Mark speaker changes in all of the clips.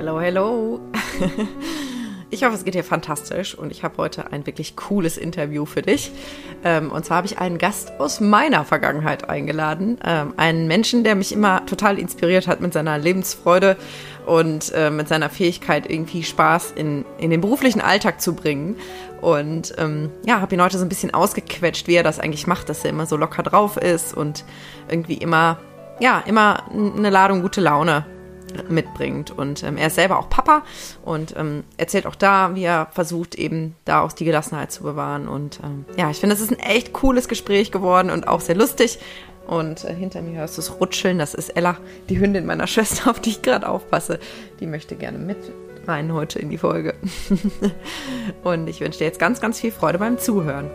Speaker 1: Hello, hello. Ich hoffe, es geht dir fantastisch und ich habe heute ein wirklich cooles Interview für dich. Und zwar habe ich einen Gast aus meiner Vergangenheit eingeladen. Einen Menschen, der mich immer total inspiriert hat mit seiner Lebensfreude und mit seiner Fähigkeit, irgendwie Spaß in den beruflichen Alltag zu bringen. Und habe ihn heute so ein bisschen ausgequetscht, wie er das eigentlich macht, dass er immer so locker drauf ist und irgendwie immer eine Ladung gute Laune mitbringt. Und er ist selber auch Papa und erzählt auch da, wie er versucht, eben da auch die Gelassenheit zu bewahren. Und ich finde, es ist ein echt cooles Gespräch geworden und auch sehr lustig. Und hinter mir hörst du es rutscheln. Das ist Ella, die Hündin meiner Schwester, auf die ich gerade aufpasse. Die möchte gerne mit rein heute in die Folge. Und ich wünsche dir jetzt ganz, ganz viel Freude beim Zuhören.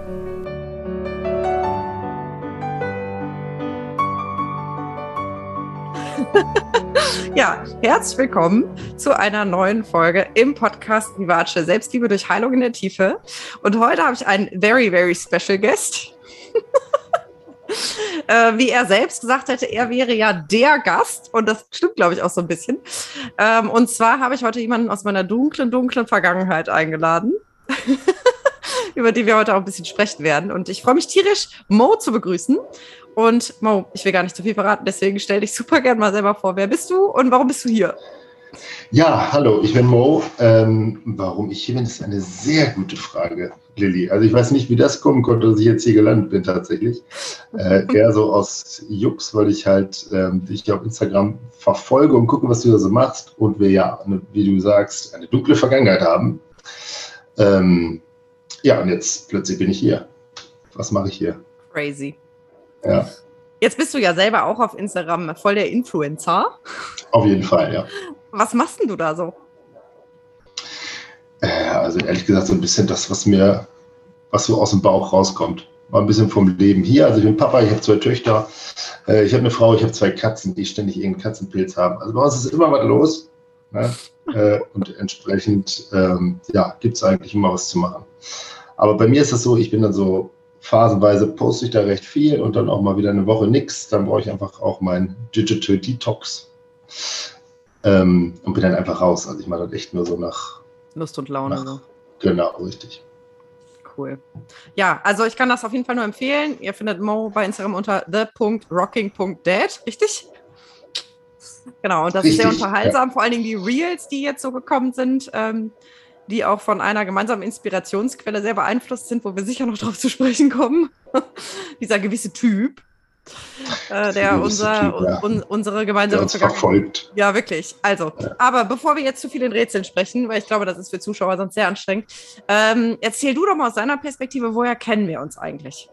Speaker 1: Ja, herzlich willkommen zu einer neuen Folge im Podcast Vivace Selbstliebe durch Heilung in der Tiefe. Und heute habe ich einen very, very special guest. Wie er selbst gesagt hätte, er wäre ja der Gast. Und das stimmt, glaube ich, auch so ein bisschen. Und zwar habe ich heute jemanden aus meiner dunklen Vergangenheit eingeladen, über die wir heute auch ein bisschen sprechen werden. Und ich freue mich tierisch, Mo zu begrüßen. Und Mo, ich will gar nicht zu viel verraten, deswegen stell dich super gerne mal selber vor. Wer bist du und warum bist du hier?
Speaker 2: Ja, hallo, ich bin Mo. Warum ich hier bin, ist eine sehr gute Frage, Lilly. Also ich weiß nicht, wie das kommen konnte, dass ich jetzt hier gelandet bin tatsächlich. Eher so aus Jux, weil ich halt dich auf Instagram verfolge und gucke, was du da so machst. Und wir ja, wie du sagst, eine dunkle Vergangenheit haben. Und jetzt plötzlich bin ich hier. Was mache ich hier?
Speaker 1: Crazy.
Speaker 2: Ja.
Speaker 1: Jetzt bist du ja selber auch auf Instagram voll der Influencer.
Speaker 2: Auf jeden Fall, ja.
Speaker 1: Was machst denn du da so?
Speaker 2: Also ehrlich gesagt so ein bisschen das, was so aus dem Bauch rauskommt. Mal ein bisschen vom Leben hier. Also ich bin Papa, ich habe 2 Töchter, ich habe eine Frau, ich habe 2 Katzen, die ständig irgendeinen Katzenpilz haben. Also bei uns ist immer was los. Ne? Und entsprechend gibt es eigentlich immer was zu machen. Aber bei mir ist das so, ich bin dann so phasenweise poste ich da recht viel und dann auch mal wieder eine Woche nichts. Dann brauche ich einfach auch meinen Digital Detox und bin dann einfach raus. Also ich mache das echt nur so nach
Speaker 1: Lust und Laune. So.
Speaker 2: Genau, richtig.
Speaker 1: Cool. Ja, also ich kann das auf jeden Fall nur empfehlen. Ihr findet Mo bei Instagram unter the.rocking.dad, richtig? Genau, und das ist sehr unterhaltsam. Ja. Vor allen Dingen die Reels, die jetzt so gekommen sind, die auch von einer gemeinsamen Inspirationsquelle sehr beeinflusst sind, wo wir sicher noch drauf zu sprechen kommen. Dieser gewisse Typ, der unsere gemeinsame
Speaker 2: Vergangenheit verfolgt.
Speaker 1: Ja, wirklich. Also, aber bevor wir jetzt zu viel in Rätseln sprechen, weil ich glaube, das ist für Zuschauer sonst sehr anstrengend, erzähl du doch mal aus deiner Perspektive, woher kennen wir uns eigentlich?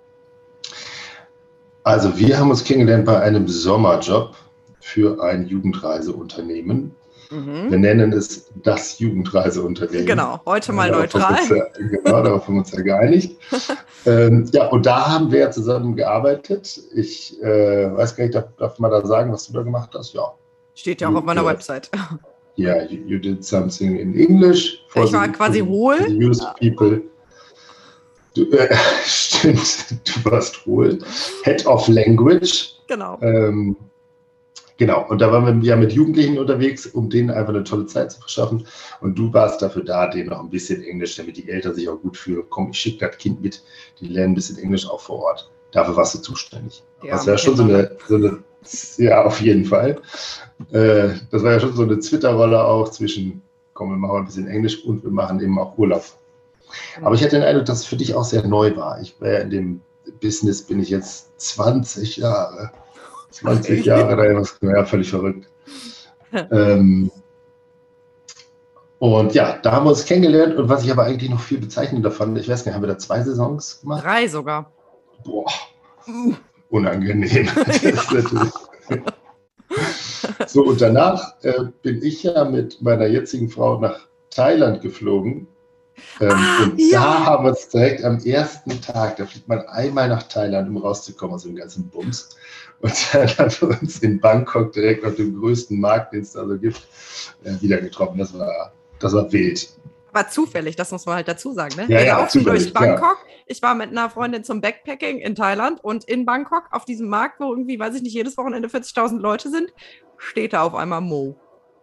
Speaker 2: Also, wir haben uns kennengelernt bei einem Sommerjob für ein Jugendreiseunternehmen. Wir nennen es das Jugendreiseunternehmen.
Speaker 1: Genau, heute mal neutral.
Speaker 2: Darauf haben wir uns ja geeinigt. Und da haben wir ja zusammen gearbeitet. Ich weiß gar nicht, darf man da sagen, was du da gemacht hast? Ja.
Speaker 1: Steht ja auch auf meiner Website.
Speaker 2: Ja, you did something in English.
Speaker 1: Ich war quasi hohl.
Speaker 2: Used people. Stimmt, du warst hohl. Head of Language.
Speaker 1: Genau.
Speaker 2: Genau, und da waren wir ja mit Jugendlichen unterwegs, um denen einfach eine tolle Zeit zu verschaffen. Und du warst dafür da, denen noch ein bisschen Englisch, damit die Eltern sich auch gut fühlen. Komm, ich schicke das Kind mit, die lernen ein bisschen Englisch auch vor Ort. Dafür warst du zuständig. Ja, das wäre schon so eine, ja, auf jeden Fall. Das war ja schon so eine Twitter-Rolle auch zwischen, komm, wir machen ein bisschen Englisch und wir machen eben auch Urlaub. Aber ich hatte den Eindruck, dass es für dich auch sehr neu war. Ich war ja in dem Business, bin ich jetzt 20 Jahre. 20 Jahre, ja, völlig verrückt. Und ja, da haben wir uns kennengelernt. Und was ich aber eigentlich noch viel bezeichnender fand, ich weiß nicht, haben wir da 2 Saisons gemacht?
Speaker 1: 3 sogar.
Speaker 2: Boah, unangenehm. So, und danach bin ich ja mit meiner jetzigen Frau nach Thailand geflogen. Da haben wir uns direkt am ersten Tag, da fliegt man einmal nach Thailand, um rauszukommen aus dem ganzen Bums. Und dann haben wir uns in Bangkok direkt auf dem größten Markt, den es da so gibt, wieder getroffen. Das war wild.
Speaker 1: Aber zufällig, das muss man halt dazu sagen. Ne?
Speaker 2: Ja,
Speaker 1: wir laufen durch Bangkok.
Speaker 2: Ja.
Speaker 1: Ich war mit einer Freundin zum Backpacking in Thailand und in Bangkok auf diesem Markt, wo irgendwie, weiß ich nicht, jedes Wochenende 40.000 Leute sind, steht da auf einmal Mo.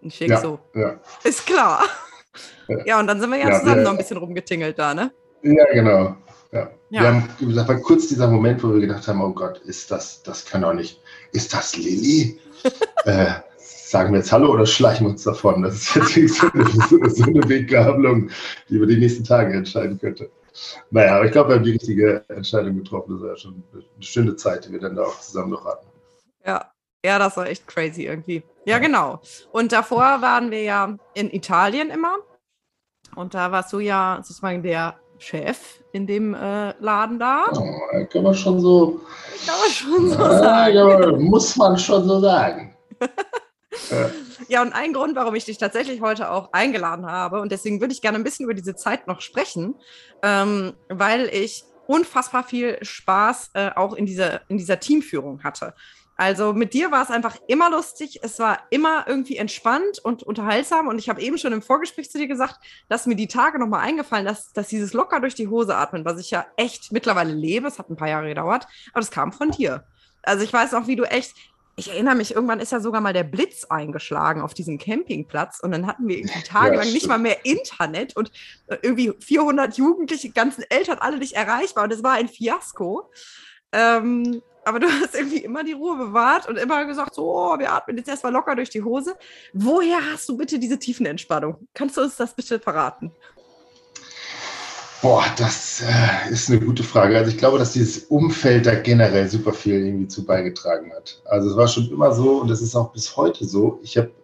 Speaker 1: Ein Schick
Speaker 2: ja.
Speaker 1: Ist klar. Ja, und dann sind wir ja zusammen noch ein bisschen rumgetingelt da, ne?
Speaker 2: Ja, genau. Ja.
Speaker 1: Ja.
Speaker 2: Wir haben, das war kurz dieser Moment, wo wir gedacht haben, oh Gott, das kann doch nicht. Ist das Lilly? Sagen wir jetzt Hallo oder schleichen wir uns davon? Das ist jetzt so eine Weggabelung, die über die nächsten Tage entscheiden könnte. Naja, aber ich glaube, wir haben die richtige Entscheidung getroffen. Das war ja schon eine schöne Zeit, die wir dann da auch zusammen noch hatten.
Speaker 1: Ja, das war echt crazy irgendwie. Ja, genau. Und davor waren wir ja in Italien immer. Und da warst du ja sozusagen der Chef in dem Laden da.
Speaker 2: Oh, kann man schon so
Speaker 1: sagen.
Speaker 2: Ja, muss man schon so sagen.
Speaker 1: Ja, und ein Grund, warum ich dich tatsächlich heute auch eingeladen habe, und deswegen würde ich gerne ein bisschen über diese Zeit noch sprechen, weil ich unfassbar viel Spaß auch in dieser Teamführung hatte. Also mit dir war es einfach immer lustig, es war immer irgendwie entspannt und unterhaltsam, und ich habe eben schon im Vorgespräch zu dir gesagt, dass mir die Tage nochmal eingefallen, dass dieses locker durch die Hose atmen, was ich ja echt mittlerweile lebe, es hat ein paar Jahre gedauert, aber das kam von dir. Also ich weiß noch, wie du echt, ich erinnere mich, irgendwann ist ja sogar mal der Blitz eingeschlagen auf diesem Campingplatz, und dann hatten wir irgendwie tagelang nicht mal mehr Internet und irgendwie 400 Jugendliche, ganzen Eltern, alle nicht erreichbar, und es war ein Fiasko. Aber du hast irgendwie immer die Ruhe bewahrt und immer gesagt, so, oh, wir atmen jetzt erstmal locker durch die Hose. Woher hast du bitte diese Tiefenentspannung? Kannst du uns das bitte verraten?
Speaker 2: Boah, das ist eine gute Frage. Also ich glaube, dass dieses Umfeld da generell super viel irgendwie zu beigetragen hat. Also es war schon immer so, und das ist auch bis heute so. Ich habe,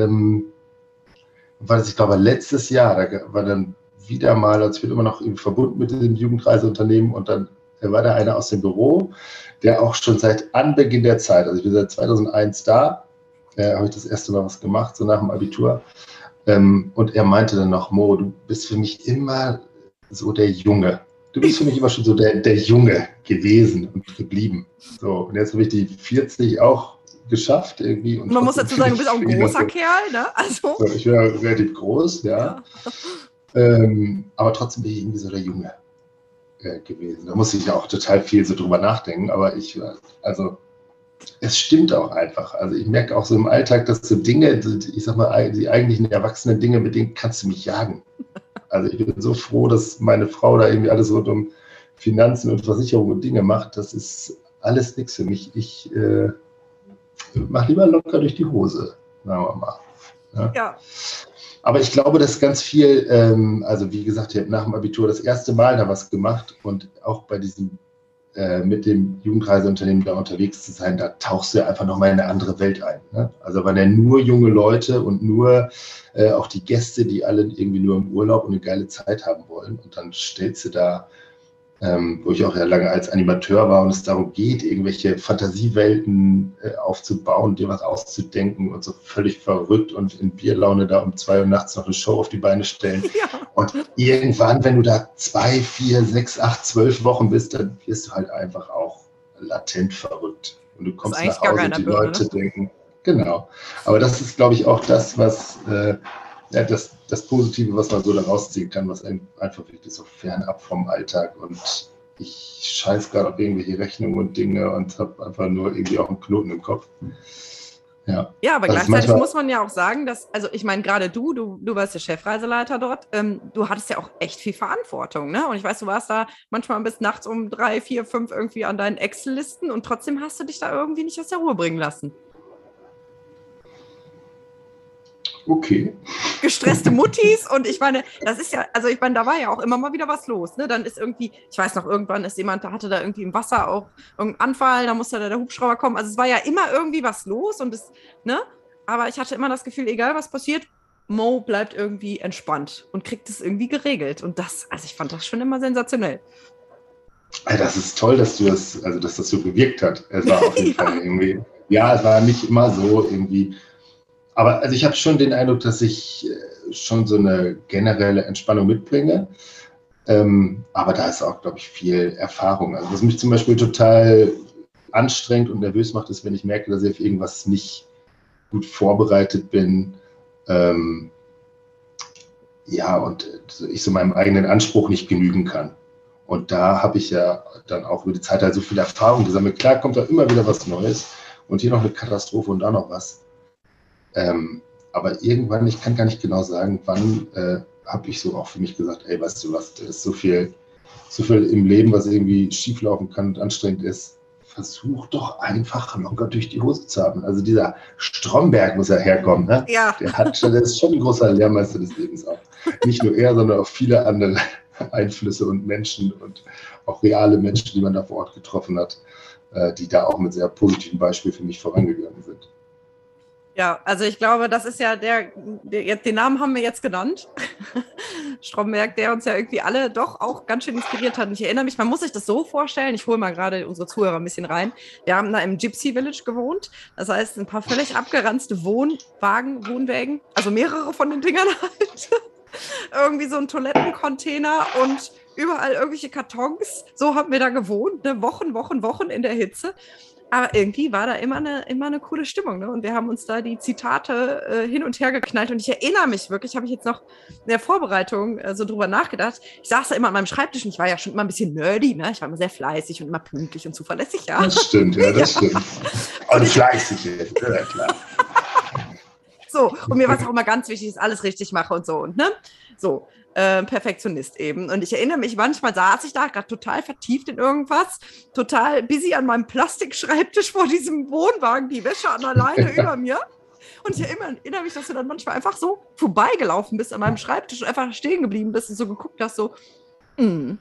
Speaker 2: ich glaube, letztes Jahr, da war dann wieder mal, also ich bin immer noch irgendwie verbunden mit dem Jugendreiseunternehmen, und dann war da einer aus dem Büro, der auch schon seit Anbeginn der Zeit, also ich bin seit 2001 da, habe ich das erste Mal was gemacht, so nach dem Abitur. Und er meinte dann noch, Mo, du bist für mich immer so der Junge. Du bist für mich immer schon so der Junge gewesen und geblieben. So, und jetzt habe ich die 40 auch geschafft irgendwie. Und
Speaker 1: man muss dazu sagen, du bist auch ein großer Kerl, ne? Also.
Speaker 2: So, ich bin ja relativ groß, ja. Aber trotzdem bin ich irgendwie so der Junge gewesen. Da muss ich ja auch total viel so drüber nachdenken, aber es stimmt auch einfach. Also ich merke auch so im Alltag, dass so Dinge, ich sag mal, die eigentlichen erwachsenen Dinge, mit denen kannst du mich jagen. Also ich bin so froh, dass meine Frau da irgendwie alles rund um Finanzen und Versicherungen und Dinge macht. Das ist alles nichts für mich. Ich mache lieber locker durch die Hose, sagen wir mal. Ja. Aber ich glaube, dass ganz viel, also wie gesagt, ich habe nach dem Abitur das erste Mal da was gemacht, und auch bei diesem, mit dem Jugendreiseunternehmen da unterwegs zu sein, da tauchst du einfach nochmal in eine andere Welt ein. Ne? Also waren ja nur junge Leute und nur auch die Gäste, die alle irgendwie nur im Urlaub und eine geile Zeit haben wollen. Und dann stellst du da, wo ich auch ja lange als Animateur war und es darum geht, irgendwelche Fantasiewelten aufzubauen, dir was auszudenken und so völlig verrückt und in Bierlaune da um 2 Uhr nachts noch eine Show auf die Beine stellen. Ja. Und irgendwann, wenn du da 2, 4, 6, 8, 12 Wochen bist, dann wirst du halt einfach auch latent verrückt. Und du kommst nach Hause und die Leute denken, genau. Aber das ist, glaube ich, auch das, was das Positive, was man so da rausziehen kann, was einfach wirklich so fernab vom Alltag, und ich scheiß gerade auf irgendwelche Rechnungen und Dinge und habe einfach nur irgendwie auch einen Knoten im Kopf. Ja,
Speaker 1: aber gleichzeitig muss man ja auch sagen, dass, also ich meine, gerade du warst der Chefreiseleiter dort, du hattest ja auch echt viel Verantwortung, ne? Und ich weiß, du warst da manchmal bis nachts um 3, 4, 5 irgendwie an deinen Excel-Listen, und trotzdem hast du dich da irgendwie nicht aus der Ruhe bringen lassen.
Speaker 2: Okay.
Speaker 1: Gestresste Muttis, und ich meine, das ist ja, also ich meine, da war ja auch immer mal wieder was los, ne? Dann ist irgendwie, ich weiß noch, irgendwann ist jemand, da hatte da irgendwie im Wasser auch irgendeinen Anfall, da musste da der Hubschrauber kommen, also es war ja immer irgendwie was los, und es, ne? Aber ich hatte immer das Gefühl, egal was passiert, Mo bleibt irgendwie entspannt und kriegt es irgendwie geregelt, und das, also ich fand das schon immer sensationell.
Speaker 2: Das ist toll, dass dass das so gewirkt hat. Es war auf jeden Fall irgendwie, es war nicht immer so irgendwie. Aber also ich habe schon den Eindruck, dass ich schon so eine generelle Entspannung mitbringe. Aber da ist auch, glaube ich, viel Erfahrung. Also was mich zum Beispiel total anstrengend und nervös macht, ist, wenn ich merke, dass ich auf irgendwas nicht gut vorbereitet bin. Und ich so meinem eigenen Anspruch nicht genügen kann. Und da habe ich ja dann auch über die Zeit halt so viel Erfahrung gesammelt. Klar kommt da immer wieder was Neues und hier noch eine Katastrophe und da noch was. Aber irgendwann, ich kann gar nicht genau sagen, wann habe ich so auch für mich gesagt, ey, weißt du was, da ist so viel im Leben, was irgendwie schieflaufen kann und anstrengend ist. Versuch doch einfach locker durch die Hose zu haben. Also dieser Stromberg muss ja herkommen. Ne?
Speaker 1: Ja.
Speaker 2: Der ist schon ein großer Lehrmeister des Lebens auch. Nicht nur er, sondern auch viele andere Einflüsse und Menschen und auch reale Menschen, die man da vor Ort getroffen hat, die da auch mit sehr positiven Beispielen für mich vorangegangen sind.
Speaker 1: Ja, also ich glaube, das ist ja den Namen haben wir jetzt genannt. Stromberg, der uns ja irgendwie alle doch auch ganz schön inspiriert hat. Und ich erinnere mich, man muss sich das so vorstellen, ich hole mal gerade unsere Zuhörer ein bisschen rein. Wir haben da im Gypsy Village gewohnt. Das heißt, ein paar völlig abgeranzte Wohnwägen, also mehrere von den Dingern halt. Irgendwie so ein Toilettencontainer und überall irgendwelche Kartons. So haben wir da gewohnt, ne? Wochen in der Hitze. Aber irgendwie war da immer eine coole Stimmung. Ne? Und wir haben uns da die Zitate hin und her geknallt. Und ich erinnere mich wirklich, habe ich jetzt noch in der Vorbereitung so drüber nachgedacht. Ich saß da immer an meinem Schreibtisch und ich war ja schon immer ein bisschen nerdy. Ne? Ich war immer sehr fleißig und immer pünktlich und zuverlässig. Ja?
Speaker 2: Das stimmt, ja, das stimmt. Und fleißig ist, ja klar.
Speaker 1: So, und mir war es auch immer ganz wichtig, dass ich alles richtig mache und so. Und, ne? So, Perfektionist eben. Und ich erinnere mich, manchmal saß ich da gerade total vertieft in irgendwas, total busy an meinem Plastikschreibtisch vor diesem Wohnwagen, die Wäsche an der Leine über mir. Und ich erinnere mich, dass du dann manchmal einfach so vorbeigelaufen bist an meinem Schreibtisch und einfach stehen geblieben bist und so geguckt hast, so, Und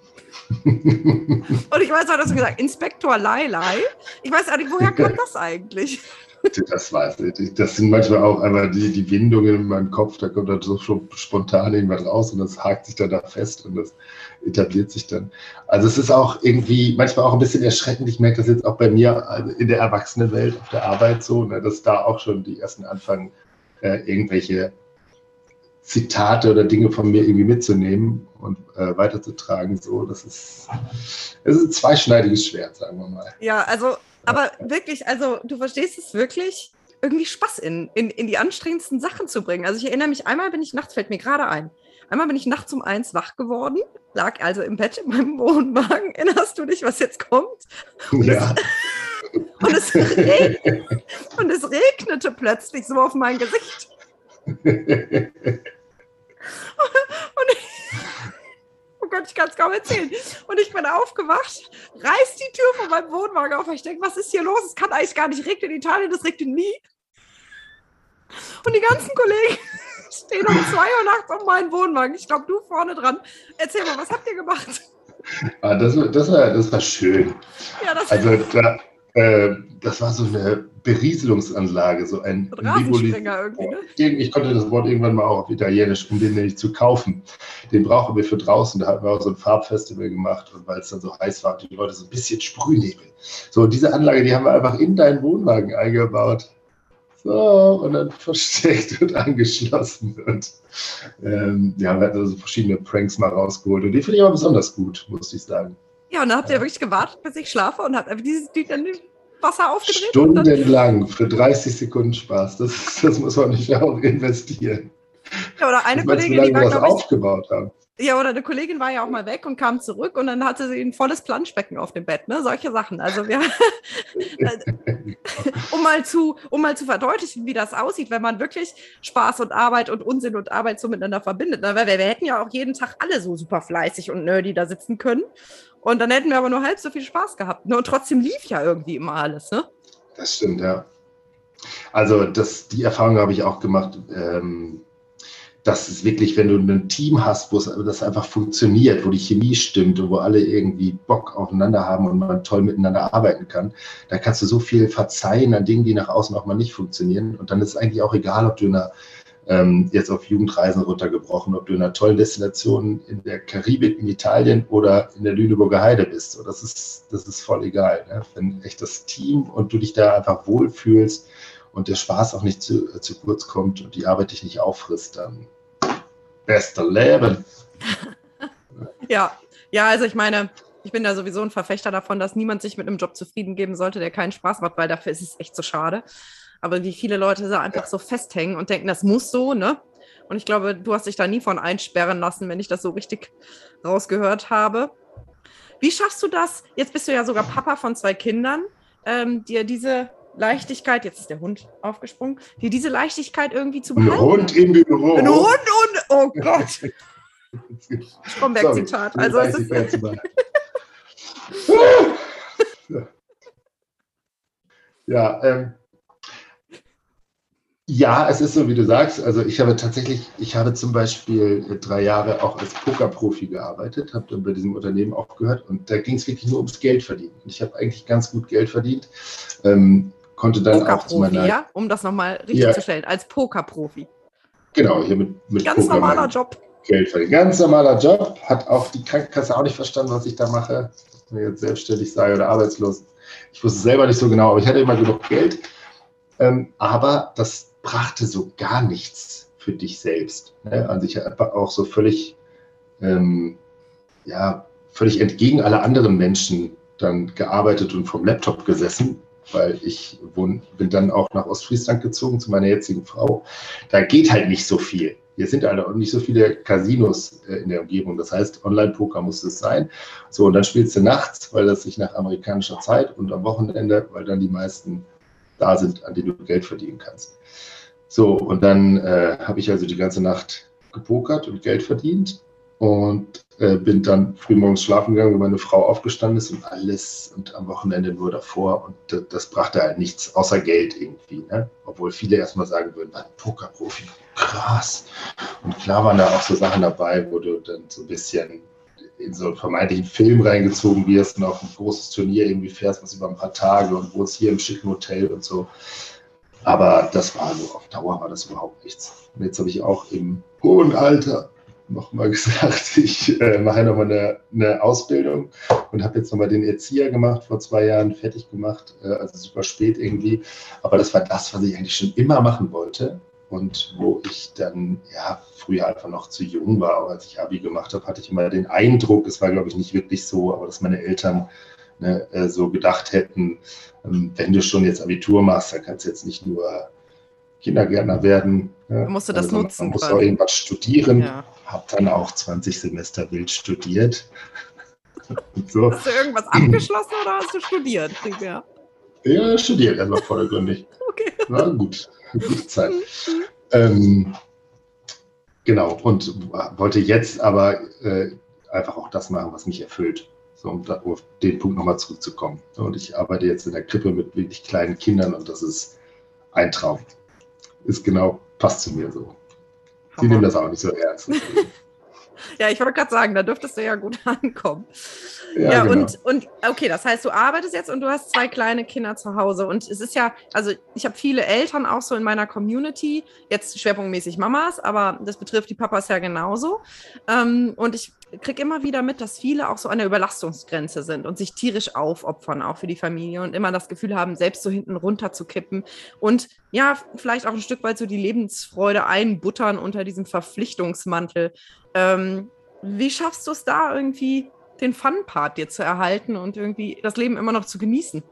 Speaker 1: ich weiß auch, dass du gesagt, Inspektor Lailai. Ich weiß auch nicht, woher kam das eigentlich?
Speaker 2: Das weiß ich. Das sind manchmal auch einfach die Windungen in meinem Kopf, da kommt dann so spontan irgendwas raus und das hakt sich dann da fest und das etabliert sich dann. Also es ist auch irgendwie manchmal auch ein bisschen erschreckend. Ich merke das jetzt auch bei mir in der Erwachsenenwelt, auf der Arbeit so, ne, dass da auch schon die ersten anfangen, irgendwelche Zitate oder Dinge von mir irgendwie mitzunehmen und weiterzutragen. So, es ist ein zweischneidiges Schwert, sagen wir mal.
Speaker 1: Ja, also aber wirklich, also du verstehst es wirklich, irgendwie Spaß in die anstrengendsten Sachen zu bringen. Also ich erinnere mich, fällt mir gerade ein, einmal bin ich nachts um 1 wach geworden, lag also im Bett in meinem Wohnwagen. Erinnerst du dich, was jetzt kommt? Und
Speaker 2: ja.
Speaker 1: Es regnete plötzlich so auf mein Gesicht. Oh Gott, ich kann es kaum erzählen. Und ich bin aufgewacht, reiß die Tür von meinem Wohnwagen auf. Ich denke, was ist hier los? Es kann eigentlich gar nicht regnen in Italien, das regnet nie. Und die ganzen Kollegen stehen um 2 Uhr nachts um meinen Wohnwagen. Ich glaube, du vorne dran. Erzähl mal, was habt ihr gemacht?
Speaker 2: Das war schön.
Speaker 1: Ja,
Speaker 2: das war so eine Berieselungsanlage, so ein
Speaker 1: Rasensprenger irgendwie, ne?
Speaker 2: Ich konnte das Wort irgendwann mal auch auf Italienisch, um den nämlich zu kaufen. Den brauchen wir für draußen. Da hatten wir auch so ein Farbfestival gemacht und weil es dann so heiß war, die Leute so ein bisschen Sprühnebel. So, diese Anlage, die haben wir einfach in deinen Wohnwagen eingebaut. So, und dann versteckt und angeschlossen. Und wir hatten also verschiedene Pranks mal rausgeholt. Und die finde ich aber besonders gut, muss ich sagen.
Speaker 1: Ja, und dann habt ihr wirklich gewartet, bis ich schlafe und habt einfach dieses Wasser aufgedreht?
Speaker 2: Stundenlang für 30 Sekunden Spaß. Das muss man nicht auch investieren.
Speaker 1: Ja, oder eine Kollegin,
Speaker 2: die war, glaube ich, aufgebaut haben.
Speaker 1: Ja, oder eine Kollegin war ja auch mal weg und kam zurück und dann hatte sie ein volles Planschbecken auf dem Bett, ne? Solche Sachen. Also wir, um mal zu verdeutlichen, wie das aussieht, wenn man wirklich Spaß und Arbeit und Unsinn und Arbeit so miteinander verbindet. Ne? Weil wir hätten ja auch jeden Tag alle so super fleißig und nerdy da sitzen können. Und dann hätten wir aber nur halb so viel Spaß gehabt. Ne? Und trotzdem lief ja irgendwie immer alles, ne?
Speaker 2: Das stimmt, ja. Also die Erfahrung habe ich auch gemacht, dass es wirklich, wenn du ein Team hast, wo das einfach funktioniert, wo die Chemie stimmt und wo alle irgendwie Bock aufeinander haben und man toll miteinander arbeiten kann, da kannst du so viel verzeihen an Dingen, die nach außen auch mal nicht funktionieren. Und dann ist es eigentlich auch egal, ob du jetzt auf Jugendreisen runtergebrochen, ob du in einer tollen Destination in der Karibik, in Italien oder in der Lüneburger Heide bist. So, das ist voll egal. Ne? Wenn echt das Team und du dich da einfach wohlfühlst und der Spaß auch nicht zu kurz kommt und die Arbeit dich nicht auffrisst, dann beste Leben.
Speaker 1: Ja, also ich meine, ich bin da sowieso ein Verfechter davon, dass niemand sich mit einem Job zufrieden geben sollte, der keinen Spaß macht, weil dafür ist es echt so schade. Aber wie viele Leute da einfach so festhängen und denken, das muss so, ne? Und ich glaube, du hast dich da nie von einsperren lassen, wenn ich das so richtig rausgehört habe. Wie schaffst du das? Jetzt bist du ja sogar Papa von 2 Kindern, dir diese Leichtigkeit, jetzt ist der Hund aufgesprungen, diese Leichtigkeit irgendwie zu
Speaker 2: Ein
Speaker 1: behalten.
Speaker 2: Hund im Büro.
Speaker 1: Ein Hund und, oh Gott. Stromberg-Zitat. Also es ist
Speaker 2: ja, es ist so, wie du sagst. Also ich habe zum Beispiel 3 Jahre auch als Pokerprofi gearbeitet, habe dann bei diesem Unternehmen aufgehört und da ging es wirklich nur ums Geld verdienen. Und ich habe eigentlich ganz gut Geld verdient, konnte dann auch zu meiner...
Speaker 1: Ja, um das nochmal richtig zu stellen, als Pokerprofi.
Speaker 2: Genau, hier mit
Speaker 1: ganz Poker normaler Job.
Speaker 2: Geld verdienen. Ganz normaler Job, hat auch die Krankenkasse auch nicht verstanden, was ich da mache, wenn ich jetzt selbstständig sei oder arbeitslos. Ich wusste es selber nicht so genau, aber ich hatte immer genug Geld. Aber das brachte so gar nichts für dich selbst. Ne? Also ich habe auch so völlig entgegen aller anderen Menschen dann gearbeitet und vom Laptop gesessen, weil ich bin dann auch nach Ostfriesland gezogen zu meiner jetzigen Frau. Da geht halt nicht so viel. Hier sind halt auch nicht so viele Casinos in der Umgebung. Das heißt, Online-Poker muss es sein. So, und dann spielst du nachts, weil das sich nach amerikanischer Zeit und am Wochenende, weil dann die meisten da sind, an denen du Geld verdienen kannst. So, und dann habe ich also die ganze Nacht gepokert und Geld verdient und bin dann frühmorgens schlafen gegangen, wenn meine Frau aufgestanden ist und alles und am Wochenende nur davor und das brachte halt nichts außer Geld irgendwie, ne? Obwohl viele erstmal sagen würden, ein Pokerprofi, krass. Und klar waren da auch so Sachen dabei, wo du dann so ein bisschen in so einen vermeintlichen Film reingezogen wirst und auf ein großes Turnier irgendwie fährst, was über ein paar Tage und wohnst hier im schicken Hotel und so. Aber das war so, auf Dauer war das überhaupt nichts. Und jetzt habe ich auch im hohen Alter nochmal gesagt, ich mache nochmal eine Ausbildung und habe jetzt nochmal den Erzieher gemacht, vor 2 Jahren fertig gemacht, also super spät irgendwie. Aber das war das, was ich eigentlich schon immer machen wollte. Und wo ich dann, früher einfach noch zu jung war, aber als ich Abi gemacht habe, hatte ich immer den Eindruck, es war glaube ich nicht wirklich so, aber dass meine Eltern so gedacht hätten, wenn du schon jetzt Abitur machst, dann kannst du jetzt nicht nur Kindergärtner werden.
Speaker 1: Ja? Musst du das nutzen.
Speaker 2: Man muss auch irgendwas studieren. Ja. Habe dann auch 20 Semester wild studiert.
Speaker 1: So. Hast du irgendwas abgeschlossen oder hast du studiert?
Speaker 2: Ja, studiert erstmal vordergründig.
Speaker 1: Okay.
Speaker 2: Na gut, gute Zeit. Genau, und wollte jetzt aber einfach auch das machen, was mich erfüllt. So, um auf den Punkt nochmal zurückzukommen. Und ich arbeite jetzt in der Krippe mit wirklich kleinen Kindern und das ist ein Traum. Passt zu mir so. Sie nehmen das auch nicht so ernst.
Speaker 1: Ja, ich wollte gerade sagen, da dürftest du ja gut ankommen. Ja, genau. Und okay, das heißt, du arbeitest jetzt und du hast 2 kleine Kinder zu Hause. Und es ist ja, also ich habe viele Eltern auch so in meiner Community, jetzt schwerpunktmäßig Mamas, aber das betrifft die Papas ja genauso. Und ich kriege immer wieder mit, dass viele auch so an der Überlastungsgrenze sind und sich tierisch aufopfern, auch für die Familie und immer das Gefühl haben, selbst so hinten runter zu kippen und ja, vielleicht auch ein Stück weit so die Lebensfreude einbuttern unter diesem Verpflichtungsmantel. Wie schaffst du es da irgendwie, den Fun-Part dir zu erhalten und irgendwie das Leben immer noch zu genießen?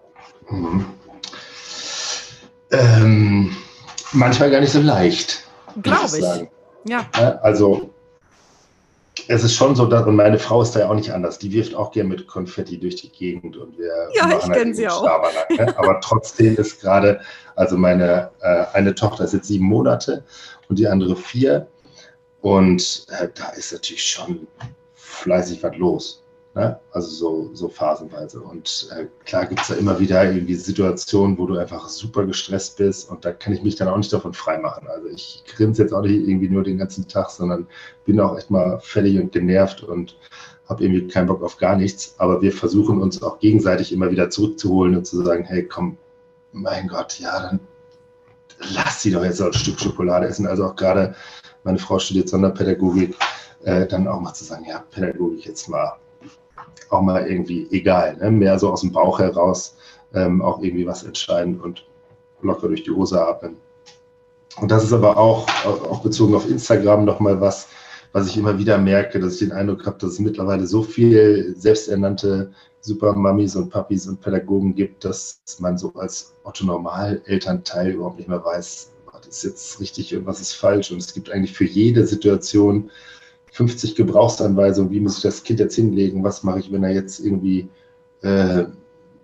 Speaker 2: Manchmal gar nicht so leicht.
Speaker 1: Glaube ich. Ja.
Speaker 2: Also es ist schon so, und meine Frau ist da ja auch nicht anders. Die wirft auch gerne mit Konfetti durch die Gegend und wir
Speaker 1: machen ich kenne sie auch.
Speaker 2: Ne? Aber trotzdem ist gerade, also meine eine Tochter ist jetzt 7 Monate und die andere 4 und da ist natürlich schon fleißig was los. Ne? Also so phasenweise. Und klar gibt es da immer wieder irgendwie Situationen, wo du einfach super gestresst bist und da kann ich mich dann auch nicht davon freimachen. Also ich grinse jetzt auch nicht irgendwie nur den ganzen Tag, sondern bin auch echt mal fertig und genervt und habe irgendwie keinen Bock auf gar nichts. Aber wir versuchen uns auch gegenseitig immer wieder zurückzuholen und zu sagen, hey komm, mein Gott, ja, dann lass sie doch jetzt auch ein Stück Schokolade essen. Also auch gerade meine Frau studiert Sonderpädagogik, dann auch mal zu sagen, ja, Pädagogik jetzt mal auch mal irgendwie egal, ne? Mehr so aus dem Bauch heraus auch irgendwie was entscheiden und locker durch die Hose atmen. Und das ist aber auch bezogen auf Instagram nochmal was ich immer wieder merke, dass ich den Eindruck habe, dass es mittlerweile so viel selbsternannte Supermamis und Papis und Pädagogen gibt, dass man so als Otto-Normal-Elternteil überhaupt nicht mehr weiß, was ist jetzt richtig und was ist falsch. Und es gibt eigentlich für jede Situation 50 Gebrauchsanweisungen, wie muss ich das Kind jetzt hinlegen, was mache ich, wenn er jetzt irgendwie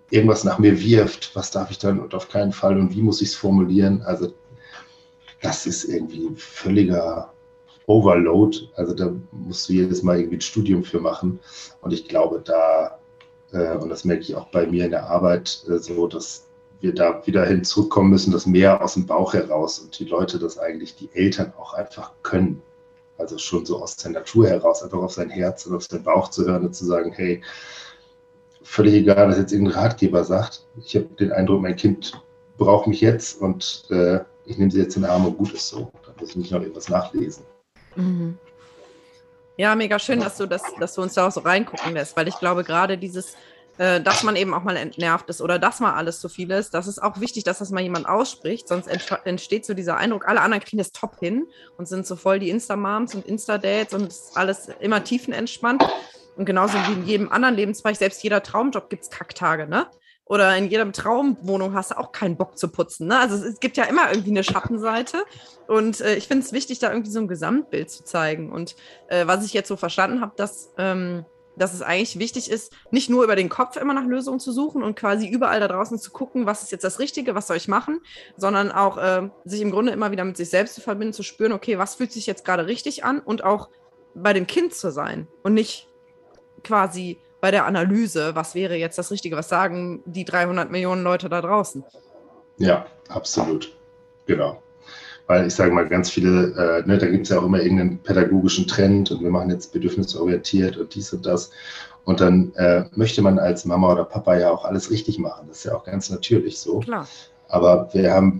Speaker 2: irgendwas nach mir wirft, was darf ich dann und auf keinen Fall und wie muss ich es formulieren? Also das ist irgendwie ein völliger Overload. Also da musst du jedes Mal irgendwie ein Studium für machen. Und ich glaube, und das merke ich auch bei mir in der Arbeit, so, dass wir da wieder hin zurückkommen müssen, das mehr aus dem Bauch heraus und die Leute das eigentlich, die Eltern auch einfach können. Also schon so aus der Natur heraus, einfach auf sein Herz und auf seinen Bauch zu hören und zu sagen, hey, völlig egal, was jetzt irgendein Ratgeber sagt. Ich habe den Eindruck, mein Kind braucht mich jetzt und ich nehme sie jetzt in den Arm und gut ist so. Da muss ich nicht noch irgendwas nachlesen.
Speaker 1: Mhm. Ja, mega schön, dass du uns da auch so reingucken lässt, weil ich glaube, gerade dieses, dass man eben auch mal entnervt ist oder dass mal alles zu viel ist, das ist auch wichtig, dass das mal jemand ausspricht, sonst entsteht so dieser Eindruck, alle anderen kriegen das top hin und sind so voll die Insta-Moms und Insta-Dates und ist alles immer tiefenentspannt. Und genauso wie in jedem anderen Lebensbereich, selbst jeder Traumjob gibt es Kacktage, ne? Oder in jeder Traumwohnung hast du auch keinen Bock zu putzen. Ne? Also es gibt ja immer irgendwie eine Schattenseite. Und ich finde es wichtig, da irgendwie so ein Gesamtbild zu zeigen. Und was ich jetzt so verstanden habe, dass es eigentlich wichtig ist, nicht nur über den Kopf immer nach Lösungen zu suchen und quasi überall da draußen zu gucken, was ist jetzt das Richtige, was soll ich machen, sondern auch sich im Grunde immer wieder mit sich selbst zu verbinden, zu spüren, okay, was fühlt sich jetzt gerade richtig an und auch bei dem Kind zu sein und nicht quasi bei der Analyse, was wäre jetzt das Richtige, was sagen die 300 Millionen Leute da draußen?
Speaker 2: Ja, absolut. Genau. Weil ich sage mal, ganz viele, da gibt es ja auch immer irgendeinen pädagogischen Trend und wir machen jetzt bedürfnisorientiert und dies und das. Und dann möchte man als Mama oder Papa ja auch alles richtig machen. Das ist ja auch ganz natürlich so.
Speaker 1: Klar.
Speaker 2: Aber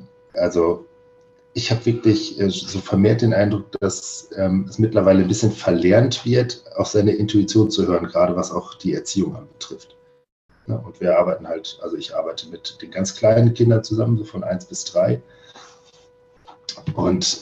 Speaker 2: ich habe wirklich so vermehrt den Eindruck, dass es mittlerweile ein bisschen verlernt wird, auf seine Intuition zu hören, gerade was auch die Erziehung anbetrifft. Ja, und wir arbeiten halt, also ich arbeite mit den ganz kleinen Kindern zusammen, so von 1 bis 3. Und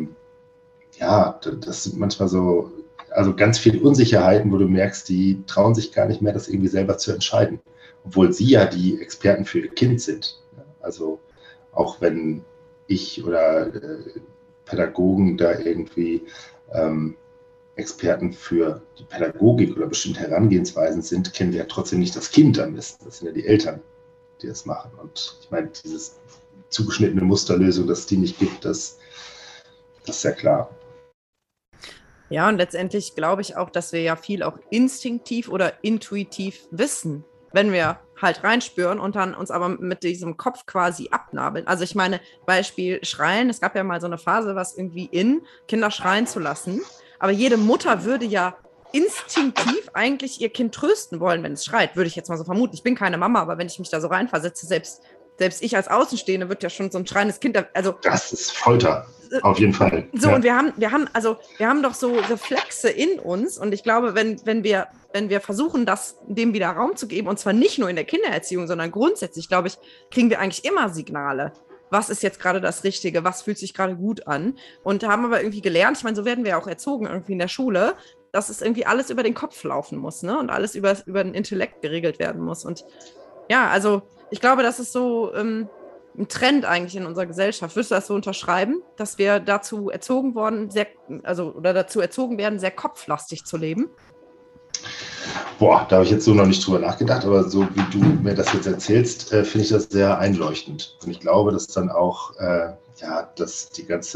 Speaker 2: das sind manchmal so, also ganz viele Unsicherheiten, wo du merkst, die trauen sich gar nicht mehr, das irgendwie selber zu entscheiden. Obwohl sie ja die Experten für ihr Kind sind. Also auch wenn ich oder Pädagogen da irgendwie Experten für die Pädagogik oder bestimmte Herangehensweisen sind, kennen wir ja trotzdem nicht das Kind am besten. Das sind ja die Eltern, die das machen. Und ich meine, dieses zugeschnittene Musterlösung, dass es die nicht gibt, das ist ja klar.
Speaker 1: Ja, und letztendlich glaube ich auch, dass wir ja viel auch instinktiv oder intuitiv wissen, wenn wir halt reinspüren und dann uns aber mit diesem Kopf quasi abnabeln. Also ich meine, Beispiel Schreien, es gab ja mal so eine Phase, was irgendwie Kinder schreien zu lassen, aber jede Mutter würde ja instinktiv eigentlich ihr Kind trösten wollen, wenn es schreit, würde ich jetzt mal so vermuten. Ich bin keine Mama, aber wenn ich mich da so reinversetze, selbst ich als Außenstehende wird ja schon so ein schreiendes Kind, also
Speaker 2: das ist Folter, auf jeden Fall.
Speaker 1: So, ja. Und wir haben doch so Reflexe in uns und ich glaube, wenn wir versuchen, dem wieder Raum zu geben, und zwar nicht nur in der Kindererziehung, sondern grundsätzlich, glaube ich, kriegen wir eigentlich immer Signale. Was ist jetzt gerade das Richtige? Was fühlt sich gerade gut an? Und haben aber irgendwie gelernt, ich meine, so werden wir auch erzogen irgendwie in der Schule, dass es irgendwie alles über den Kopf laufen muss, ne? Und alles über den Intellekt geregelt werden muss. Und ja, also ich glaube, das ist so ein Trend eigentlich in unserer Gesellschaft. Würdest du das so unterschreiben, dass wir dazu erzogen werden, sehr kopflastig zu leben?
Speaker 2: Boah, da habe ich jetzt so noch nicht drüber nachgedacht, aber so wie du mir das jetzt erzählst, finde ich das sehr einleuchtend. Und ich glaube, dass dann auch, dass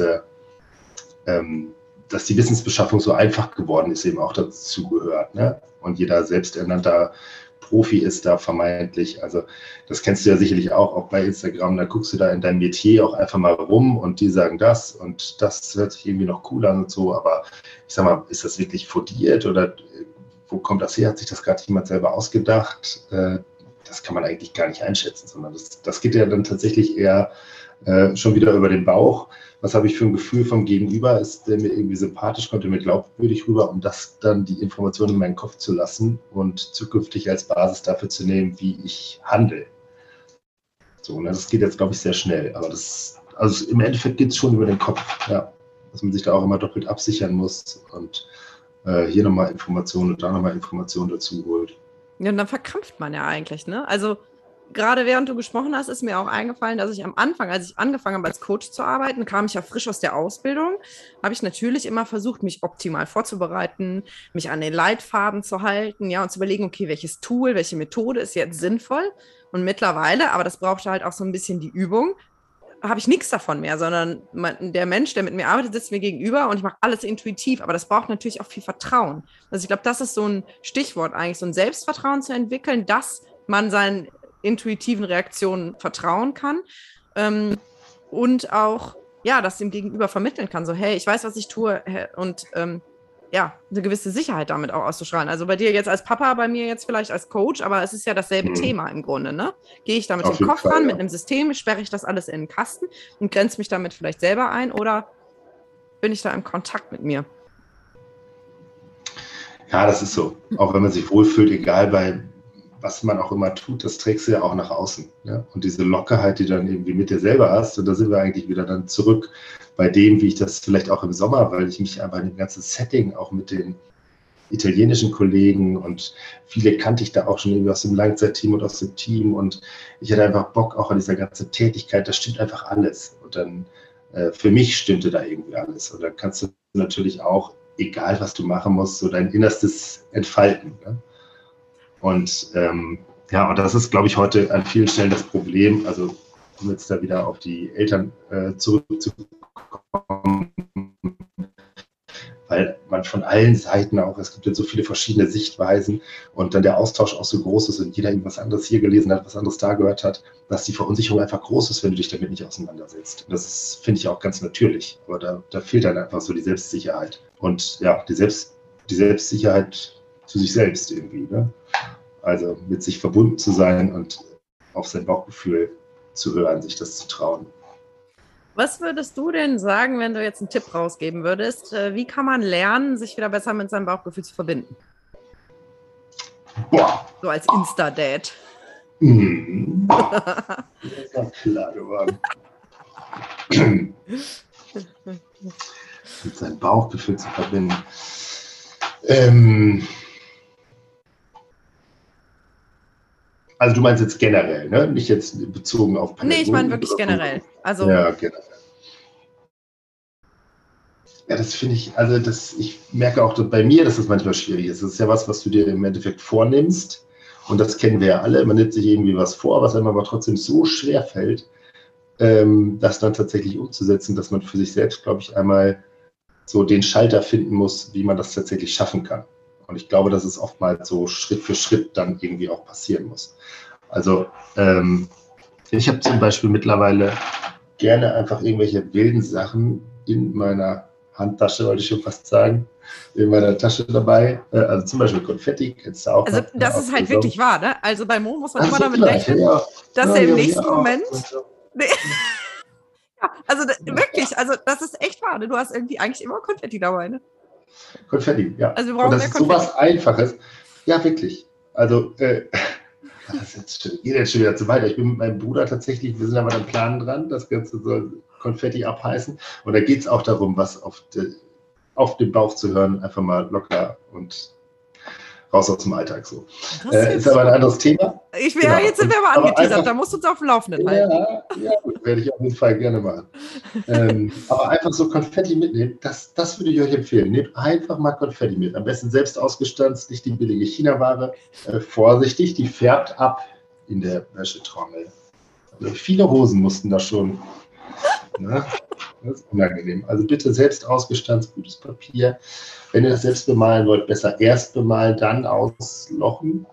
Speaker 2: dass die Wissensbeschaffung so einfach geworden ist, eben auch dazu gehört. Ne? Und jeder selbsternannter Profi ist da vermeintlich. Also das kennst du ja sicherlich auch bei Instagram. Da guckst du da in deinem Metier auch einfach mal rum und die sagen das und das hört sich irgendwie noch cool an und so. Aber ich sag mal, ist das wirklich fundiert oder wo kommt das her? Hat sich das gerade jemand selber ausgedacht? Das kann man eigentlich gar nicht einschätzen, sondern das geht ja dann tatsächlich eher schon wieder über den Bauch. Was habe ich für ein Gefühl vom Gegenüber? Ist der mir irgendwie sympathisch, kommt der mir glaubwürdig rüber, um das dann die Informationen in meinen Kopf zu lassen und zukünftig als Basis dafür zu nehmen, wie ich handle. So, ne, das geht jetzt, glaube ich, sehr schnell. Aber also im Endeffekt geht es schon über den Kopf, ja. Dass man sich da auch immer doppelt absichern muss und hier nochmal Informationen und da nochmal Informationen dazu holt.
Speaker 1: Ja, und dann verkrampft man ja eigentlich, ne? Also gerade während du gesprochen hast, ist mir auch eingefallen, dass ich am Anfang, als ich angefangen habe als Coach zu arbeiten, kam ich ja frisch aus der Ausbildung, habe ich natürlich immer versucht, mich optimal vorzubereiten, mich an den Leitfaden zu halten, ja, und zu überlegen, okay, welches Tool, welche Methode ist jetzt sinnvoll. Und mittlerweile, aber das braucht halt auch so ein bisschen die Übung, habe ich nichts davon mehr, sondern der Mensch, der mit mir arbeitet, sitzt mir gegenüber und ich mache alles intuitiv. Aber das braucht natürlich auch viel Vertrauen. Also ich glaube, das ist so ein Stichwort eigentlich, so ein Selbstvertrauen zu entwickeln, dass man seinen intuitiven Reaktionen vertrauen kann und auch, ja, das dem Gegenüber vermitteln kann. So, hey, ich weiß, was ich tue und ja, eine gewisse Sicherheit damit auch auszustrahlen. Also bei dir jetzt als Papa, bei mir jetzt vielleicht als Coach, aber es ist ja dasselbe Thema im Grunde, ne? Gehe ich da mit dem Kopf ran, mit einem System, sperre ich das alles in den Kasten und grenze mich damit vielleicht selber ein oder bin ich da im Kontakt mit mir?
Speaker 2: Ja, das ist so. Auch wenn man sich wohlfühlt, egal bei was man auch immer tut, das trägst du ja auch nach außen. Ja? Und diese Lockerheit, die du dann irgendwie mit dir selber hast, und da sind wir eigentlich wieder dann zurück bei dem, wie ich das vielleicht auch im Sommer, weil ich mich einfach in dem ganzen Setting auch mit den italienischen Kollegen und viele kannte ich da auch schon irgendwie aus dem Langzeitteam und aus dem Team und ich hatte einfach Bock auch an dieser ganzen Tätigkeit, da stimmt einfach alles. Und dann für mich stimmte da irgendwie alles. Und dann kannst du natürlich auch, egal was du machen musst, so dein Innerstes entfalten. Ne? Und ja, und das ist, glaube ich, heute an vielen Stellen das Problem. Also, um jetzt da wieder auf die Eltern zurückzukommen, weil man von allen Seiten auch, es gibt ja so viele verschiedene Sichtweisen und dann der Austausch auch so groß ist und jeder irgendwas anderes hier gelesen hat, was anderes da gehört hat, dass die Verunsicherung einfach groß ist, wenn du dich damit nicht auseinandersetzt. Das finde ich auch ganz natürlich, aber da fehlt dann einfach so die Selbstsicherheit. Und ja, die Selbstsicherheit zu sich selbst irgendwie, ne? Also mit sich verbunden zu sein und auf sein Bauchgefühl zu hören, sich das zu trauen.
Speaker 1: Was würdest du denn sagen, wenn du jetzt einen Tipp rausgeben würdest? Wie kann man lernen, sich wieder besser mit seinem Bauchgefühl zu verbinden?
Speaker 2: Boah.
Speaker 1: So als Insta-Dad.
Speaker 2: Das ist ja klar geworden. Mit seinem Bauchgefühl zu verbinden. Also du meinst jetzt generell, ne? Nicht jetzt bezogen auf
Speaker 1: Pädagogen. Nee, ich meine wirklich generell. Also
Speaker 2: ja, generell. Ja, das finde ich, also ich merke auch bei mir, dass das manchmal schwierig ist. Das ist ja was du dir im Endeffekt vornimmst. Und das kennen wir ja alle. Man nimmt sich irgendwie was vor, was einem aber trotzdem so schwer fällt, das dann tatsächlich umzusetzen, dass man für sich selbst, glaube ich, einmal so den Schalter finden muss, wie man das tatsächlich schaffen kann. Und ich glaube, dass es oftmals so Schritt für Schritt dann irgendwie auch passieren muss. Also ich habe zum Beispiel mittlerweile gerne einfach irgendwelche wilden Sachen in meiner Handtasche, wollte ich schon fast sagen, in meiner Tasche dabei. Also zum Beispiel Konfetti, kennst du auch.
Speaker 1: Also das ist halt wirklich wahr, ne? Also bei Mo muss man immer damit rechnen, dass er im nächsten Moment... Nee. Ja, also wirklich, also das ist echt wahr. Ne? Du hast irgendwie eigentlich immer Konfetti dabei, ne?
Speaker 2: Konfetti, ja.
Speaker 1: Also wir brauchen
Speaker 2: und das ist sowas Einfaches. Ja, wirklich. Also, das geht jetzt schon wieder zu weit. Ich bin mit meinem Bruder tatsächlich, wir sind aber am Plan dran, das Ganze soll Konfetti abheißen. Und da geht es auch darum, was auf den Bauch zu hören, einfach mal locker und raus aus dem Alltag so. Ist aber ein anderes Thema.
Speaker 1: Jetzt sind wir mal angeteasert, da musst du uns auf dem Laufenden halten.
Speaker 2: Ja, gut, werde ich auf jeden Fall gerne machen. Aber einfach so Konfetti mitnehmen, das würde ich euch empfehlen. Nehmt einfach mal Konfetti mit. Am besten selbst ausgestanzt, nicht die billige China-Ware. Vorsichtig, die färbt ab in der Wäschetrommel. Also viele Hosen mussten da schon. Ne? Das ist unangenehm. Also bitte selbst ausgestanzt, gutes Papier. Wenn ihr das selbst bemalen wollt, besser erst bemalen, dann auslochen.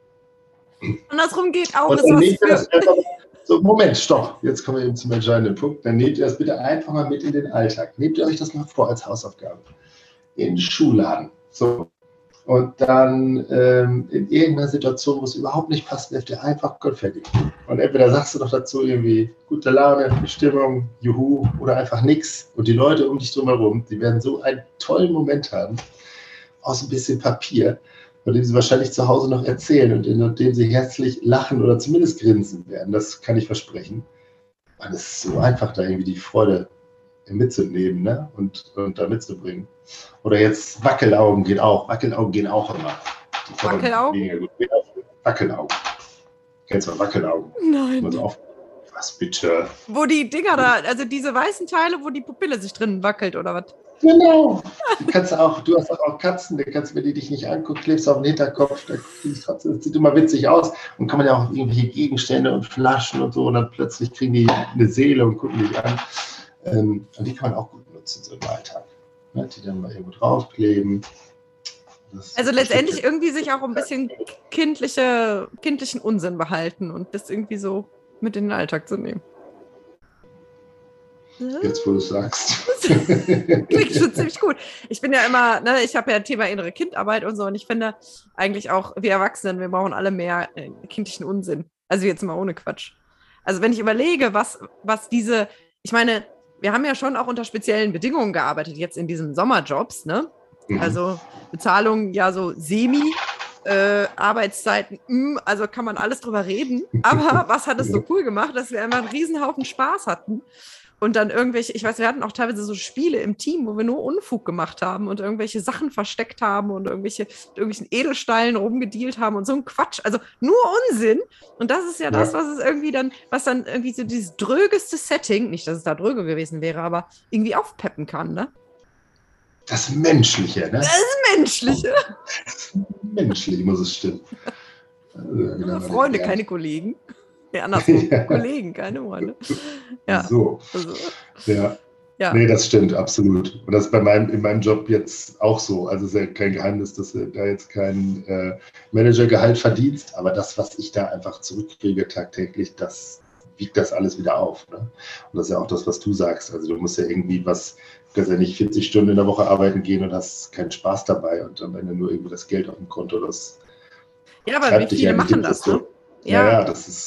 Speaker 1: Andersrum geht auch.
Speaker 2: Und dann nehmt ihr das einfach, so, Moment, stopp. Jetzt kommen wir eben zum entscheidenden Punkt. Dann nehmt ihr das bitte einfach mal mit in den Alltag. Nehmt ihr euch das mal vor als Hausaufgabe. In den Schuhladen. So. Und dann in irgendeiner Situation, wo es überhaupt nicht passt, werft ihr einfach Konfetti. Und entweder sagst du noch dazu irgendwie gute Laune, Stimmung, Juhu oder einfach nix. Und die Leute um dich drumherum, die werden so einen tollen Moment haben, aus ein bisschen Papier, von dem sie wahrscheinlich zu Hause noch erzählen und in dem sie herzlich lachen oder zumindest grinsen werden. Das kann ich versprechen. Und es ist so einfach, da irgendwie die Freude mitzunehmen, ne? und da mitzubringen. Oder jetzt Wackelaugen geht auch. Wackelaugen gehen auch immer.
Speaker 1: Wackelaugen?
Speaker 2: Wackelaugen. Kennst du Wackelaugen?
Speaker 1: Nein.
Speaker 2: Also was bitte?
Speaker 1: Wo die Dinger da, also diese weißen Teile, wo die Pupille sich drin wackelt, oder was?
Speaker 2: Genau. Du hast auch Katzen, da kannst du, wenn die dich nicht anguckt, klebst auf den Hinterkopf, das sieht immer witzig aus und kann man ja auch irgendwelche Gegenstände und Flaschen und so und dann plötzlich kriegen die eine Seele und gucken dich an. Und die kann man auch gut nutzen, so im Alltag. Ne? Die dann mal irgendwo draufkleben.
Speaker 1: Also letztendlich irgendwie sich auch ein bisschen kindlichen Unsinn behalten und das irgendwie so mit in den Alltag zu nehmen.
Speaker 2: Jetzt, wo du es sagst.
Speaker 1: Klingt schon ziemlich gut. Ich bin ja immer, ne, ich habe ja Thema innere Kindarbeit und so und ich finde eigentlich auch, wir Erwachsenen, wir brauchen alle mehr kindlichen Unsinn. Also jetzt mal ohne Quatsch. Also wenn ich überlege, was ich meine, wir haben ja schon auch unter speziellen Bedingungen gearbeitet, jetzt in diesen Sommerjobs, ne? Also Bezahlung ja so semi, Arbeitszeiten, also kann man alles drüber reden. Aber was hat es so cool gemacht, dass wir einfach einen Riesenhaufen Spaß hatten. Und dann irgendwelche, ich weiß, wir hatten auch teilweise so Spiele im Team, wo wir nur Unfug gemacht haben und irgendwelche Sachen versteckt haben und irgendwelchen Edelsteinen rumgedealt haben und so ein Quatsch. Also nur Unsinn. Und das ist ja das, was dann irgendwie so dieses drögeste Setting, nicht, dass es da dröge gewesen wäre, aber irgendwie aufpeppen kann, ne?
Speaker 2: Das Menschliche, ne?
Speaker 1: Das Menschliche.
Speaker 2: Menschlich muss es stimmen.
Speaker 1: Also, Freunde, keine Kollegen. Ja, andersrum. Ja. Kollegen, keine Freunde. Ja.
Speaker 2: So. Also. Ja. Nee, das stimmt, absolut. Und das ist in meinem Job jetzt auch so. Also es ist ja kein Geheimnis, dass du da jetzt kein Managergehalt verdienst, aber das, was ich da einfach zurückkriege tagtäglich, das wiegt das alles wieder auf. Ne? Und das ist ja auch das, was du sagst. Also du musst ja irgendwie du kannst ja nicht 40 Stunden in der Woche arbeiten gehen und hast keinen Spaß dabei und am Ende nur irgendwie das Geld auf dem Konto.
Speaker 1: Ja, aber wie viele machen das, ne?
Speaker 2: Ja,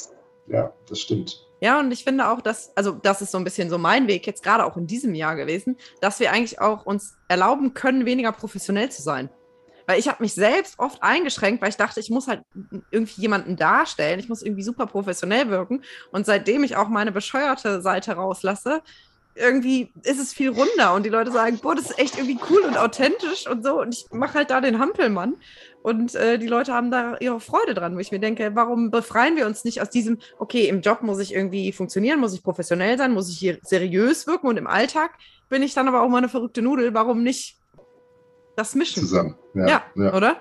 Speaker 2: das stimmt.
Speaker 1: Ja, und ich finde auch, das ist so ein bisschen so mein Weg jetzt gerade auch in diesem Jahr gewesen, dass wir eigentlich auch uns erlauben können, weniger professionell zu sein. Weil ich habe mich selbst oft eingeschränkt, weil ich dachte, ich muss halt irgendwie jemanden darstellen, ich muss irgendwie super professionell wirken. Und seitdem ich auch meine bescheuerte Seite rauslasse, irgendwie ist es viel runder und die Leute sagen, boah, das ist echt irgendwie cool und authentisch und so. Und ich mache halt da den Hampelmann und die Leute haben da ihre Freude dran, wo ich mir denke, warum befreien wir uns nicht aus diesem, okay, im Job muss ich irgendwie funktionieren, muss ich professionell sein, muss ich hier seriös wirken und im Alltag bin ich dann aber auch mal eine verrückte Nudel, warum nicht das mischen?
Speaker 2: Zusammen,
Speaker 1: ja. Oder?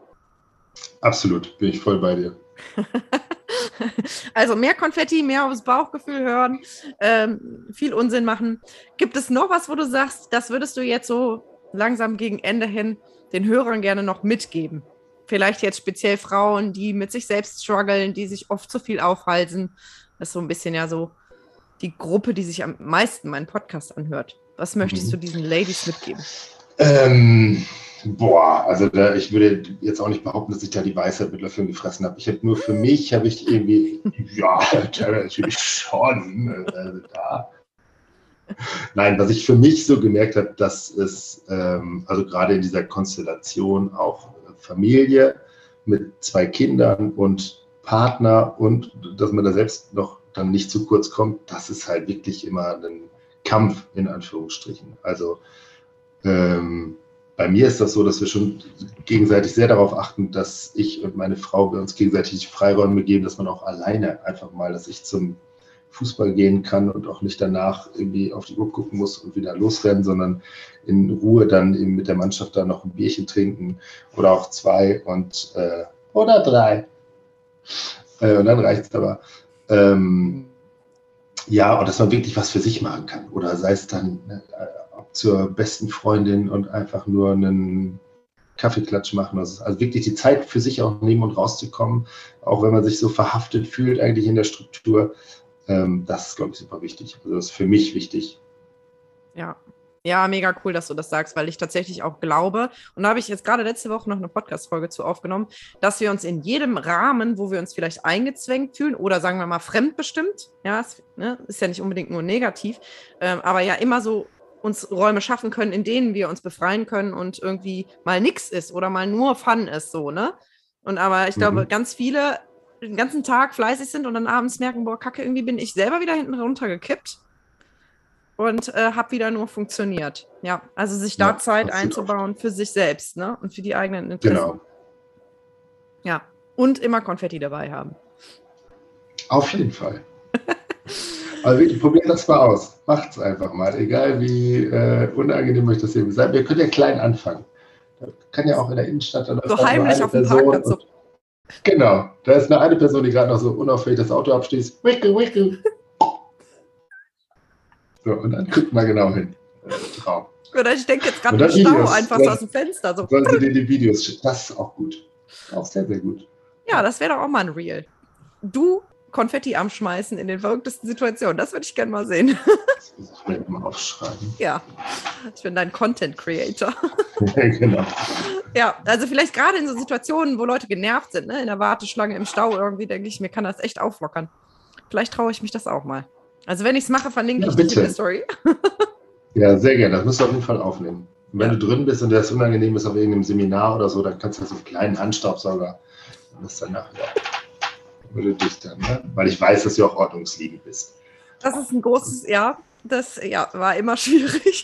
Speaker 2: Absolut, bin ich voll bei dir.
Speaker 1: Also mehr Konfetti, mehr aufs Bauchgefühl hören, viel Unsinn machen. Gibt es noch was, wo du sagst, das würdest du jetzt so langsam gegen Ende hin den Hörern gerne noch mitgeben? Vielleicht jetzt speziell Frauen, die mit sich selbst strugglen, die sich oft zu viel aufhalten. Das ist so ein bisschen ja so die Gruppe, die sich am meisten meinen Podcast anhört. Was möchtest du diesen Ladies mitgeben?
Speaker 2: Ich würde jetzt auch nicht behaupten, dass ich da die Weisheit mit Löffeln gefressen habe. Für mich habe ich irgendwie, ja, natürlich schon. Nein, was ich für mich so gemerkt habe, dass es, also gerade in dieser Konstellation auch Familie mit 2 Kindern und Partner und dass man da selbst noch dann nicht zu kurz kommt, das ist halt wirklich immer ein Kampf, in Anführungsstrichen. Also, bei mir ist das so, dass wir schon gegenseitig sehr darauf achten, dass ich und meine Frau wir uns gegenseitig Freiräume geben, dass man auch alleine einfach mal, dass ich zum Fußball gehen kann und auch nicht danach irgendwie auf die Uhr gucken muss und wieder losrennen, sondern in Ruhe dann eben mit der Mannschaft da noch ein Bierchen trinken oder auch 2 oder 3. Und dann reicht es aber. Und dass man wirklich was für sich machen kann. Oder sei es dann zur besten Freundin und einfach nur einen Kaffeeklatsch machen. Also wirklich die Zeit für sich auch nehmen und rauszukommen, auch wenn man sich so verhaftet fühlt eigentlich in der Struktur. Das ist, glaube ich, super wichtig. Also das ist für mich wichtig.
Speaker 1: Ja, mega cool, dass du das sagst, weil ich tatsächlich auch glaube, und da habe ich jetzt gerade letzte Woche noch eine Podcast-Folge zu aufgenommen, dass wir uns in jedem Rahmen, wo wir uns vielleicht eingezwängt fühlen oder sagen wir mal fremdbestimmt, ja, ist ja nicht unbedingt nur negativ, aber ja immer so uns Räume schaffen können, in denen wir uns befreien können und irgendwie mal nix ist oder mal nur Fun ist, so, ne? Und aber ich glaube, ganz viele den ganzen Tag fleißig sind und dann abends merken, boah, Kacke, irgendwie bin ich selber wieder hinten runtergekippt und habe wieder nur funktioniert. Ja, also sich da Zeit einzubauen für sich selbst, ne? Und für die eigenen Interessen.
Speaker 2: Genau.
Speaker 1: Ja, und immer Konfetti dabei haben.
Speaker 2: Auf jeden Fall. Also wirklich, probiert das mal aus. Macht's einfach mal. Egal wie unangenehm euch das hier sein. Wir können ja klein anfangen. Das kann ja auch in der Innenstadt dann
Speaker 1: so heimlich auf dem Parkplatz. So.
Speaker 2: Genau. Da ist eine Person, die gerade noch so unauffällig das Auto abschließt. Wickel, wickel. So, und dann guckt mal genau hin. Traum.
Speaker 1: Oder ich denke jetzt gerade im Stau einfach so aus dem Fenster. So.
Speaker 2: Sollen Sie dir die Videos schicken? Das ist auch gut. Auch sehr, sehr gut.
Speaker 1: Ja, das wäre doch auch mal ein Reel. Du Konfetti am Schmeißen in den verrücktesten Situationen. Das würde ich gerne mal sehen.
Speaker 2: Das muss ich mir mal aufschreiben.
Speaker 1: Ja, ich bin dein Content Creator.
Speaker 2: Ja, genau.
Speaker 1: Ja, also vielleicht gerade in so Situationen, wo Leute genervt sind, ne? In der Warteschlange, im Stau irgendwie, denke ich, mir kann das echt auflockern. Vielleicht traue ich mich das auch mal. Also wenn ich es mache, verlinke ich dich in der Story.
Speaker 2: Ja, sehr gerne. Das musst du auf jeden Fall aufnehmen. Und wenn du drin bist und das unangenehm ist auf irgendeinem Seminar oder so, dann kannst du so einen kleinen Handstaubsauger und das danach würde dich dann, ne? Weil ich weiß, dass du auch ordnungsliebend bist.
Speaker 1: Das ist ein großes, das war immer schwierig.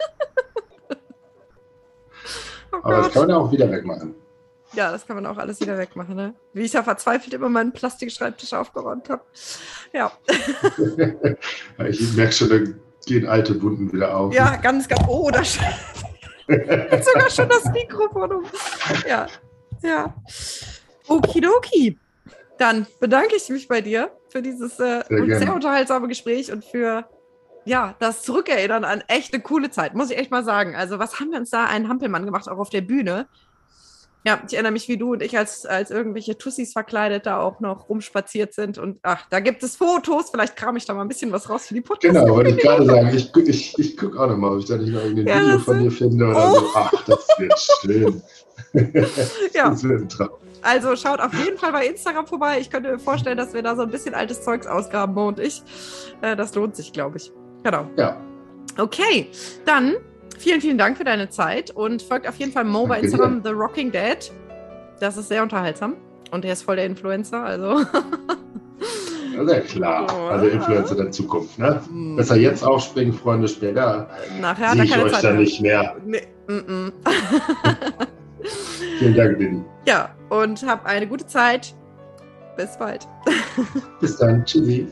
Speaker 2: Oh, aber das kann man ja auch wieder wegmachen.
Speaker 1: Ja, das kann man auch alles wieder wegmachen, ne? Wie ich ja verzweifelt immer meinen Plastikschreibtisch aufgeräumt habe. Ja.
Speaker 2: Ich merke schon, da gehen alte Wunden wieder auf.
Speaker 1: Ja, ganz, ganz. Oh, da steht sogar schon das Mikrofon um. Ja. Okidoki. Dann bedanke ich mich bei dir für dieses sehr unterhaltsame Gespräch und für das Zurückerinnern an echt eine coole Zeit, muss ich echt mal sagen. Also was haben wir uns da einen Hampelmann gemacht, auch auf der Bühne? Ja, ich erinnere mich, wie du und ich als irgendwelche Tussis verkleidet da auch noch rumspaziert sind. Und da gibt es Fotos. Vielleicht kram ich da mal ein bisschen was raus für die Podcast.
Speaker 2: Genau, wollte ich gerade sagen. Ich gucke auch noch mal, ob ich da nicht noch irgendein Video von dir finde oder so. Ach, das wird schön. Das wird ein Traum.
Speaker 1: Also schaut auf jeden Fall bei Instagram vorbei. Ich könnte mir vorstellen, dass wir da so ein bisschen altes Zeugs ausgraben, Mo und ich. Das lohnt sich, glaube ich. Genau.
Speaker 2: Ja.
Speaker 1: Okay, dann vielen, vielen Dank für deine Zeit und folgt auf jeden Fall Mo bei Instagram, The Rocking Dad. Das ist sehr unterhaltsam und er ist voll der Influencer, also.
Speaker 2: Ja, klar. Also Influencer der Zukunft, ne? Besser jetzt aufspringen, Freunde, später.
Speaker 1: Nachher
Speaker 2: sehe ich euch dann nicht mehr.
Speaker 1: Nee.
Speaker 2: Vielen Dank, Didi.
Speaker 1: Ja, und hab eine gute Zeit. Bis bald.
Speaker 2: Bis dann. Tschüssi.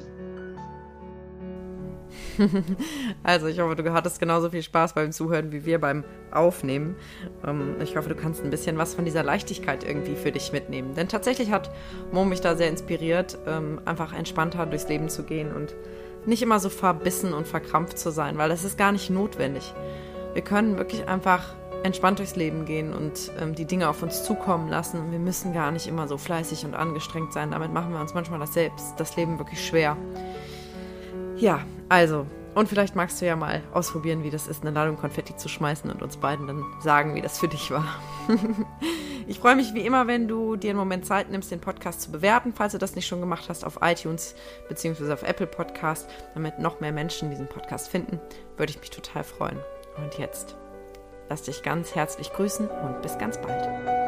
Speaker 1: Also ich hoffe, du hattest genauso viel Spaß beim Zuhören wie wir beim Aufnehmen. Ich hoffe, du kannst ein bisschen was von dieser Leichtigkeit irgendwie für dich mitnehmen. Denn tatsächlich hat Mo mich da sehr inspiriert, einfach entspannter durchs Leben zu gehen und nicht immer so verbissen und verkrampft zu sein, weil das ist gar nicht notwendig. Wir können wirklich einfach entspannt durchs Leben gehen und die Dinge auf uns zukommen lassen. Wir müssen gar nicht immer so fleißig und angestrengt sein. Damit machen wir uns manchmal das Leben wirklich schwer. Ja, also, und vielleicht magst du ja mal ausprobieren, wie das ist, eine Ladung Konfetti zu schmeißen und uns beiden dann sagen, wie das für dich war. Ich freue mich wie immer, wenn du dir einen Moment Zeit nimmst, den Podcast zu bewerten, falls du das nicht schon gemacht hast, auf iTunes bzw. auf Apple Podcast, damit noch mehr Menschen diesen Podcast finden. Würde ich mich total freuen. Und jetzt lass dich ganz herzlich grüßen und bis ganz bald.